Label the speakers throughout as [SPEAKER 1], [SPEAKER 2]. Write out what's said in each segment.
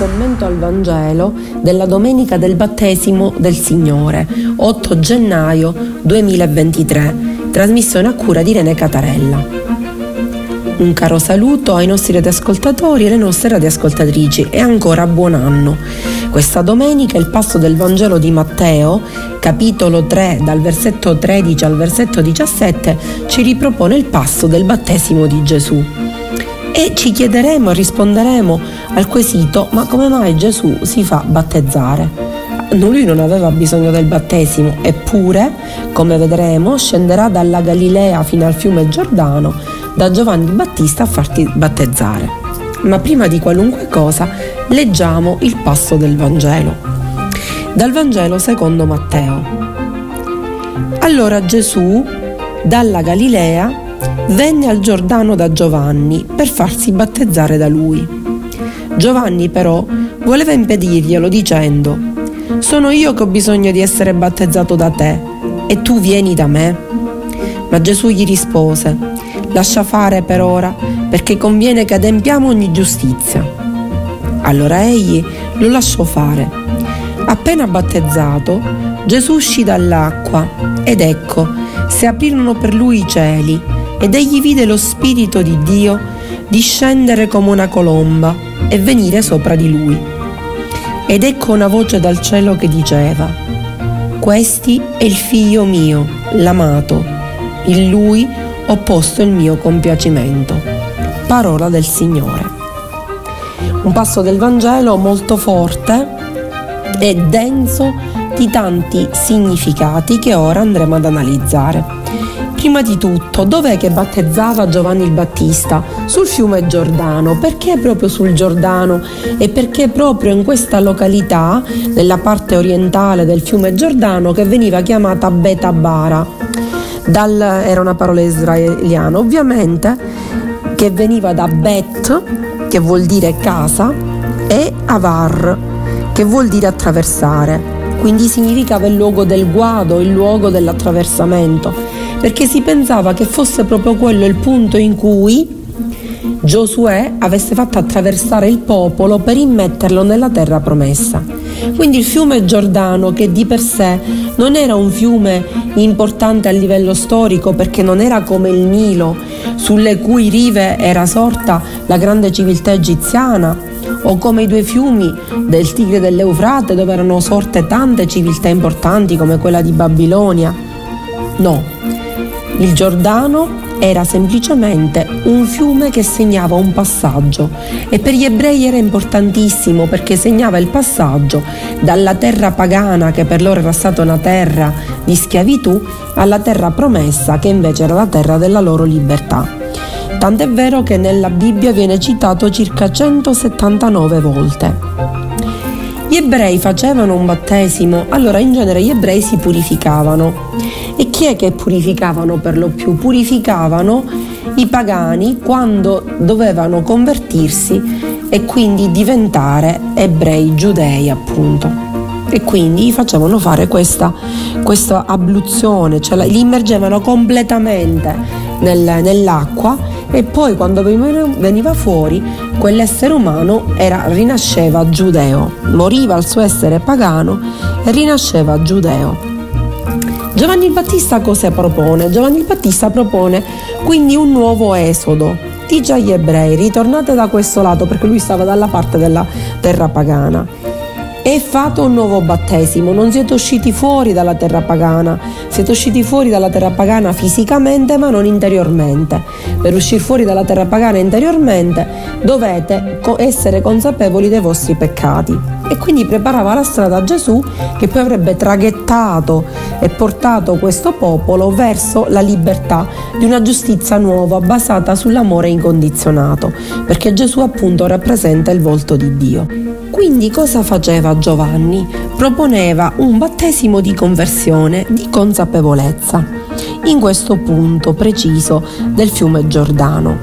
[SPEAKER 1] commento al Vangelo della domenica del battesimo del Signore, 8 gennaio 2023, trasmissione a cura di Irene Catarella. Un caro saluto ai nostri radioascoltatori e alle nostre radioascoltatrici e ancora buon anno. Questa domenica il passo del Vangelo di Matteo, capitolo 3, dal versetto 13 al versetto 17, ci ripropone il passo del battesimo di Gesù. E ci chiederemo e risponderemo al quesito: ma come mai Gesù si fa battezzare? Lui non aveva bisogno del battesimo, eppure, come vedremo, scenderà dalla Galilea fino al fiume Giordano da Giovanni Battista a farti battezzare. Ma prima di qualunque cosa, leggiamo il passo del Vangelo. Dal Vangelo secondo Matteo. Allora Gesù, dalla Galilea, venne al Giordano da Giovanni per farsi battezzare da lui. Giovanni però voleva impedirglielo dicendo: «Sono io che ho bisogno di essere battezzato da te, e tu vieni da me?» Ma Gesù gli rispose: «Lascia fare per ora, perché conviene che adempiamo ogni giustizia». Allora egli lo lasciò fare. Appena battezzato, Gesù uscì dall'acqua, ed ecco, si aprirono per lui i cieli, ed egli vide lo Spirito di Dio discendere come una colomba e venire sopra di lui. Ed ecco una voce dal cielo che diceva: «Questi è il figlio mio, l'amato, in lui ho posto il mio compiacimento». Parola del Signore. Un passo del Vangelo molto forte e denso di tanti significati che ora andremo ad analizzare. Prima di tutto, dov'è che battezzava Giovanni il Battista? Sul fiume Giordano. Perché proprio sul Giordano? E perché proprio in questa località, nella parte orientale del fiume Giordano, che veniva chiamata Betabara? Era una parola israeliana, ovviamente, che veniva da Bet, che vuol dire casa, e Avar, che vuol dire attraversare. Quindi significava il luogo del guado, il luogo dell'attraversamento, perché si pensava che fosse proprio quello il punto in cui Giosuè avesse fatto attraversare il popolo per immetterlo nella terra promessa. Quindi il fiume Giordano, che di per sé non era un fiume importante a livello storico, perché non era come il Nilo, sulle cui rive era sorta la grande civiltà egiziana, o come i due fiumi del Tigre e dell'Eufrate, dove erano sorte tante civiltà importanti come quella di Babilonia. No, il Giordano era semplicemente un fiume che segnava un passaggio, e per gli ebrei era importantissimo perché segnava il passaggio dalla terra pagana, che per loro era stata una terra di schiavitù, alla terra promessa, che invece era la terra della loro libertà. Tant'è vero che nella Bibbia viene citato circa 179 volte. Gli ebrei facevano un battesimo, allora in genere gli ebrei si purificavano. E chi è che purificavano per lo più? Purificavano i pagani quando dovevano convertirsi e quindi diventare ebrei, giudei appunto. E quindi facevano fare questa abluzione, cioè li immergevano completamente nell'acqua, e poi quando veniva fuori quell'essere umano rinasceva giudeo, moriva il suo essere pagano e rinasceva giudeo. Giovanni il Battista cosa propone? Giovanni il Battista propone quindi un nuovo esodo. Dice agli ebrei: ritornate da questo lato, perché lui stava dalla parte della terra pagana, e fate un nuovo battesimo. Non siete usciti fuori dalla terra pagana, siete usciti fuori dalla terra pagana fisicamente ma non interiormente. Per uscire fuori dalla terra pagana interiormente dovete essere consapevoli dei vostri peccati. E quindi preparava la strada a Gesù, che poi avrebbe traghettato e portato questo popolo verso la libertà di una giustizia nuova basata sull'amore incondizionato, perché Gesù appunto rappresenta il volto di Dio. Quindi cosa faceva Giovanni? Proponeva un battesimo di conversione, di consapevolezza, in questo punto preciso del fiume Giordano.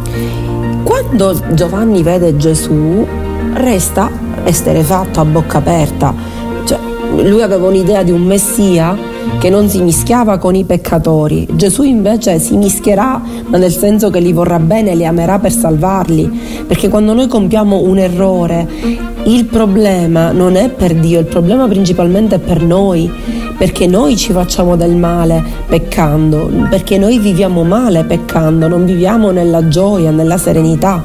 [SPEAKER 1] Quando Giovanni vede Gesù, resta esterrefatto, a bocca aperta. Cioè, lui aveva un'idea di un messia che non si mischiava con i peccatori. Gesù invece si mischierà, ma nel senso che li vorrà bene, li amerà per salvarli, perché quando noi compiamo un errore, il problema non è per Dio, il problema principalmente è per noi, perché noi ci facciamo del male peccando, perché noi viviamo male peccando, non viviamo nella gioia, nella serenità.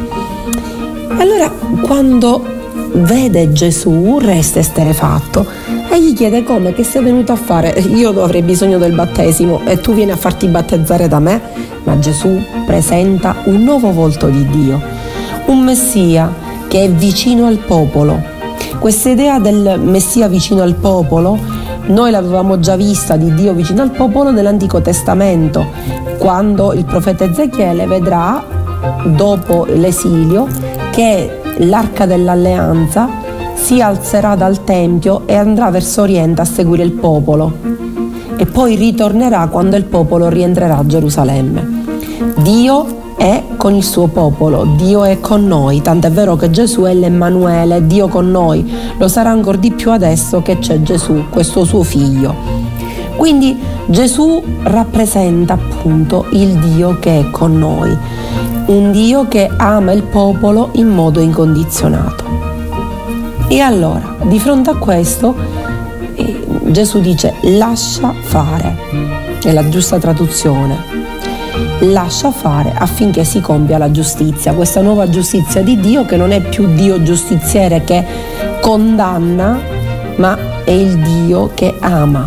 [SPEAKER 1] Allora, quando vede Gesù, resta esterrefatto e gli chiede: come, che sei venuto a fare? Io avrei bisogno del battesimo e tu vieni a farti battezzare da me? Ma Gesù presenta un nuovo volto di Dio, un Messia che è vicino al popolo. Questa idea del Messia vicino al popolo noi l'avevamo già vista, di Dio vicino al popolo, nell'Antico Testamento, quando il profeta Ezechiele vedrà, dopo l'esilio, che l'Arca dell'Alleanza si alzerà dal Tempio e andrà verso Oriente a seguire il popolo, e poi ritornerà quando il popolo rientrerà a Gerusalemme. Dio è con il suo popolo, Dio è con noi, tant'è vero che Gesù è l'Emmanuele, Dio con noi. Lo sarà ancora di più adesso che c'è Gesù, questo suo figlio. Quindi Gesù rappresenta appunto il Dio che è con noi, un Dio che ama il popolo in modo incondizionato. E allora, di fronte a questo, Gesù dice: lascia fare, è la giusta traduzione. Lascia fare affinché si compia la giustizia, questa nuova giustizia di Dio, che non è più Dio giustiziere che condanna, ma è il Dio che ama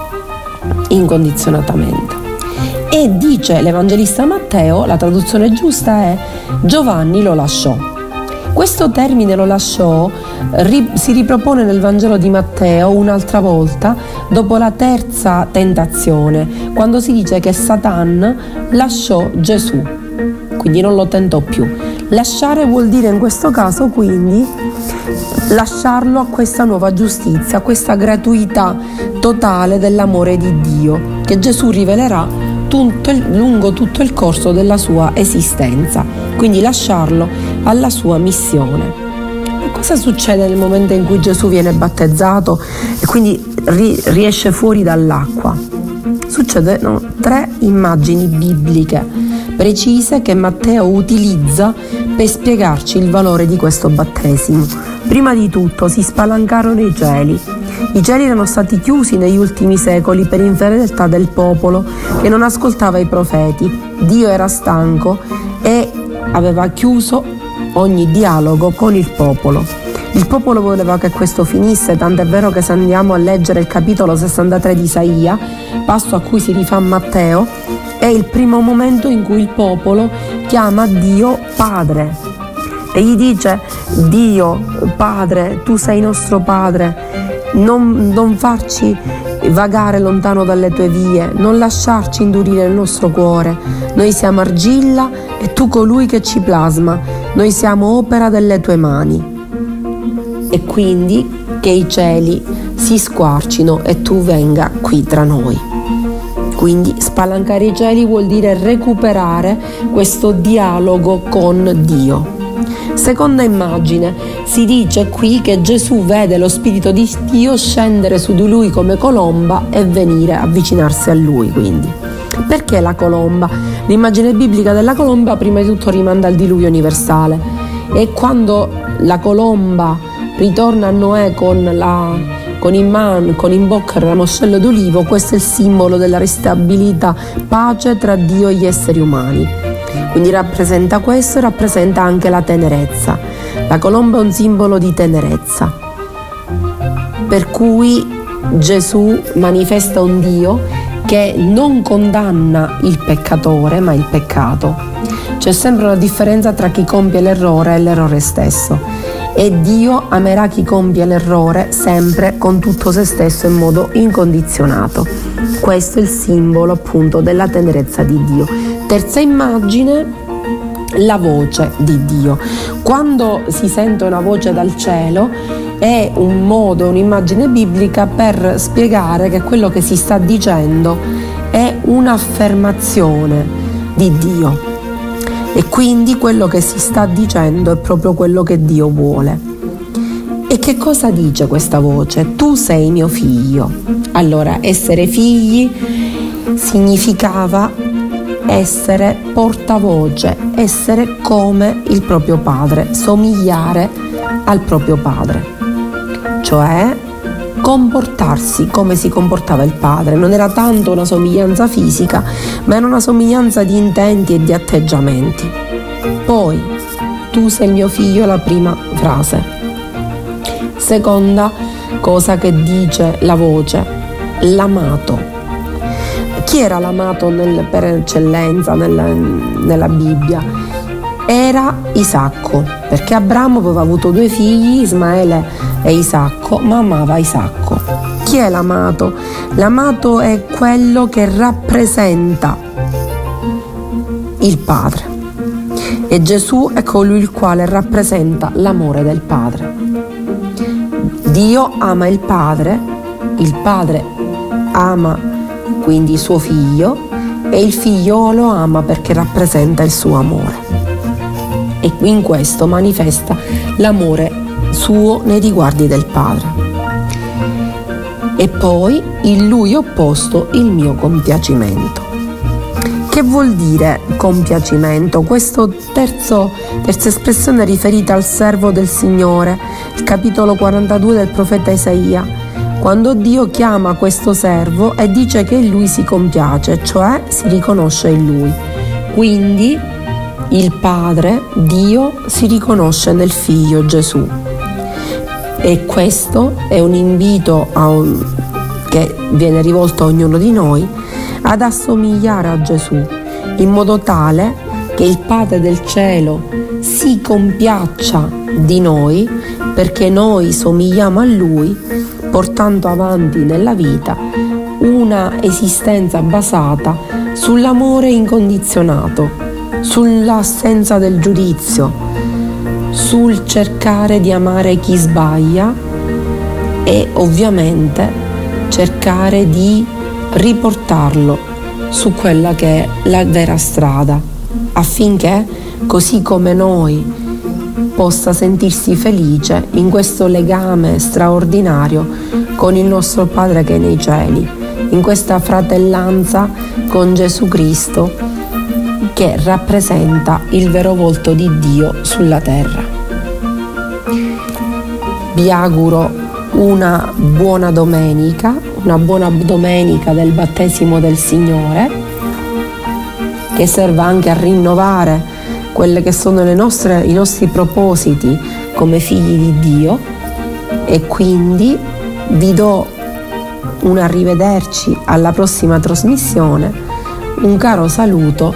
[SPEAKER 1] incondizionatamente. E dice l'Evangelista Matteo, la traduzione giusta è: Giovanni lo lasciò. Questo termine, lo lasciò, si ripropone nel Vangelo di Matteo un'altra volta, dopo la terza tentazione, quando si dice che Satan lasciò Gesù, quindi non lo tentò più. Lasciare vuol dire in questo caso quindi lasciarlo a questa nuova giustizia, a questa gratuità totale dell'amore di Dio, che Gesù rivelerà lungo tutto il corso della sua esistenza, quindi lasciarlo alla sua missione. E cosa succede nel momento in cui Gesù viene battezzato e quindi riesce fuori dall'acqua? Succedono 3 immagini bibliche precise che Matteo utilizza per spiegarci il valore di questo battesimo. Prima di tutto si spalancarono i cieli. I cieli erano stati chiusi negli ultimi secoli per infedeltà del popolo che non ascoltava i profeti. Dio era stanco e aveva chiuso ogni dialogo con il popolo. Il popolo voleva che questo finisse, tant'è vero che se andiamo a leggere il capitolo 63 di Isaia, passo a cui si rifà Matteo, è il primo momento in cui il popolo chiama Dio Padre e gli dice: Dio Padre, tu sei nostro Padre, non farci vagare lontano dalle tue vie, non lasciarci indurire il nostro cuore. Noi siamo argilla e tu colui che ci plasma, noi siamo opera delle tue mani. E quindi che i cieli si squarcino e tu venga qui tra noi. Quindi spalancare i cieli vuol dire recuperare questo dialogo con Dio. Seconda immagine, si dice qui che Gesù vede lo Spirito di Dio scendere su di lui come colomba e venire avvicinarsi a lui. Quindi, perché la colomba? L'immagine biblica della colomba prima di tutto rimanda al diluvio universale, e quando la colomba ritorna a Noè con in bocca il ramoscello d'olivo, questo è il simbolo della ristabilita pace tra Dio e gli esseri umani. Quindi rappresenta questo e rappresenta anche la tenerezza. La colomba è un simbolo di tenerezza, per cui Gesù manifesta un Dio che non condanna il peccatore ma il peccato. C'è sempre una differenza tra chi compie l'errore e l'errore stesso, e Dio amerà chi compie l'errore sempre con tutto se stesso in modo incondizionato. Questo è il simbolo appunto della tenerezza di Dio. Terza immagine, la voce di Dio. Quando si sente una voce dal cielo è un modo, un'immagine biblica per spiegare che quello che si sta dicendo è un'affermazione di Dio. E quindi quello che si sta dicendo è proprio quello che Dio vuole. E che cosa dice questa voce? Tu sei mio figlio. Allora, essere figli significava essere portavoce, essere come il proprio padre, somigliare al proprio padre, cioè comportarsi come si comportava il padre. Non era tanto una somiglianza fisica, ma era una somiglianza di intenti e di atteggiamenti. Poi, tu sei il mio figlio, la prima frase. Seconda cosa che dice la voce, l'amato. Chi era l'amato per eccellenza nella Bibbia? Era Isacco, perché Abramo aveva avuto 2 figli, Ismaele e Isacco, ma amava Isacco. Chi è l'amato? L'amato è quello che rappresenta il Padre, e Gesù è colui il quale rappresenta l'amore del Padre. Dio ama il Padre ama quindi suo figlio, e il figlio lo ama perché rappresenta il suo amore, e in questo manifesta l'amore suo nei riguardi del Padre. E poi in lui ho posto il mio compiacimento. Che vuol dire compiacimento? Questa terza espressione è riferita al servo del Signore, il capitolo 42 del profeta Isaia, quando Dio chiama questo servo e dice che in lui si compiace, cioè si riconosce in lui. Quindi il Padre, Dio, si riconosce nel Figlio Gesù. E questo è un invito che viene rivolto a ognuno di noi ad assomigliare a Gesù, in modo tale che il Padre del cielo si compiaccia di noi, perché noi somigliamo a Lui, portando avanti nella vita una esistenza basata sull'amore incondizionato, sull'assenza del giudizio, sul cercare di amare chi sbaglia e ovviamente cercare di riportarlo su quella che è la vera strada, affinché, così come noi, possa sentirsi felice in questo legame straordinario con il nostro Padre che è nei cieli, in questa fratellanza con Gesù Cristo che rappresenta il vero volto di Dio sulla terra. Vi auguro una buona domenica del battesimo del Signore, che serva anche a rinnovare quelle che sono i nostri propositi come figli di Dio, e quindi vi do un arrivederci alla prossima trasmissione, un caro saluto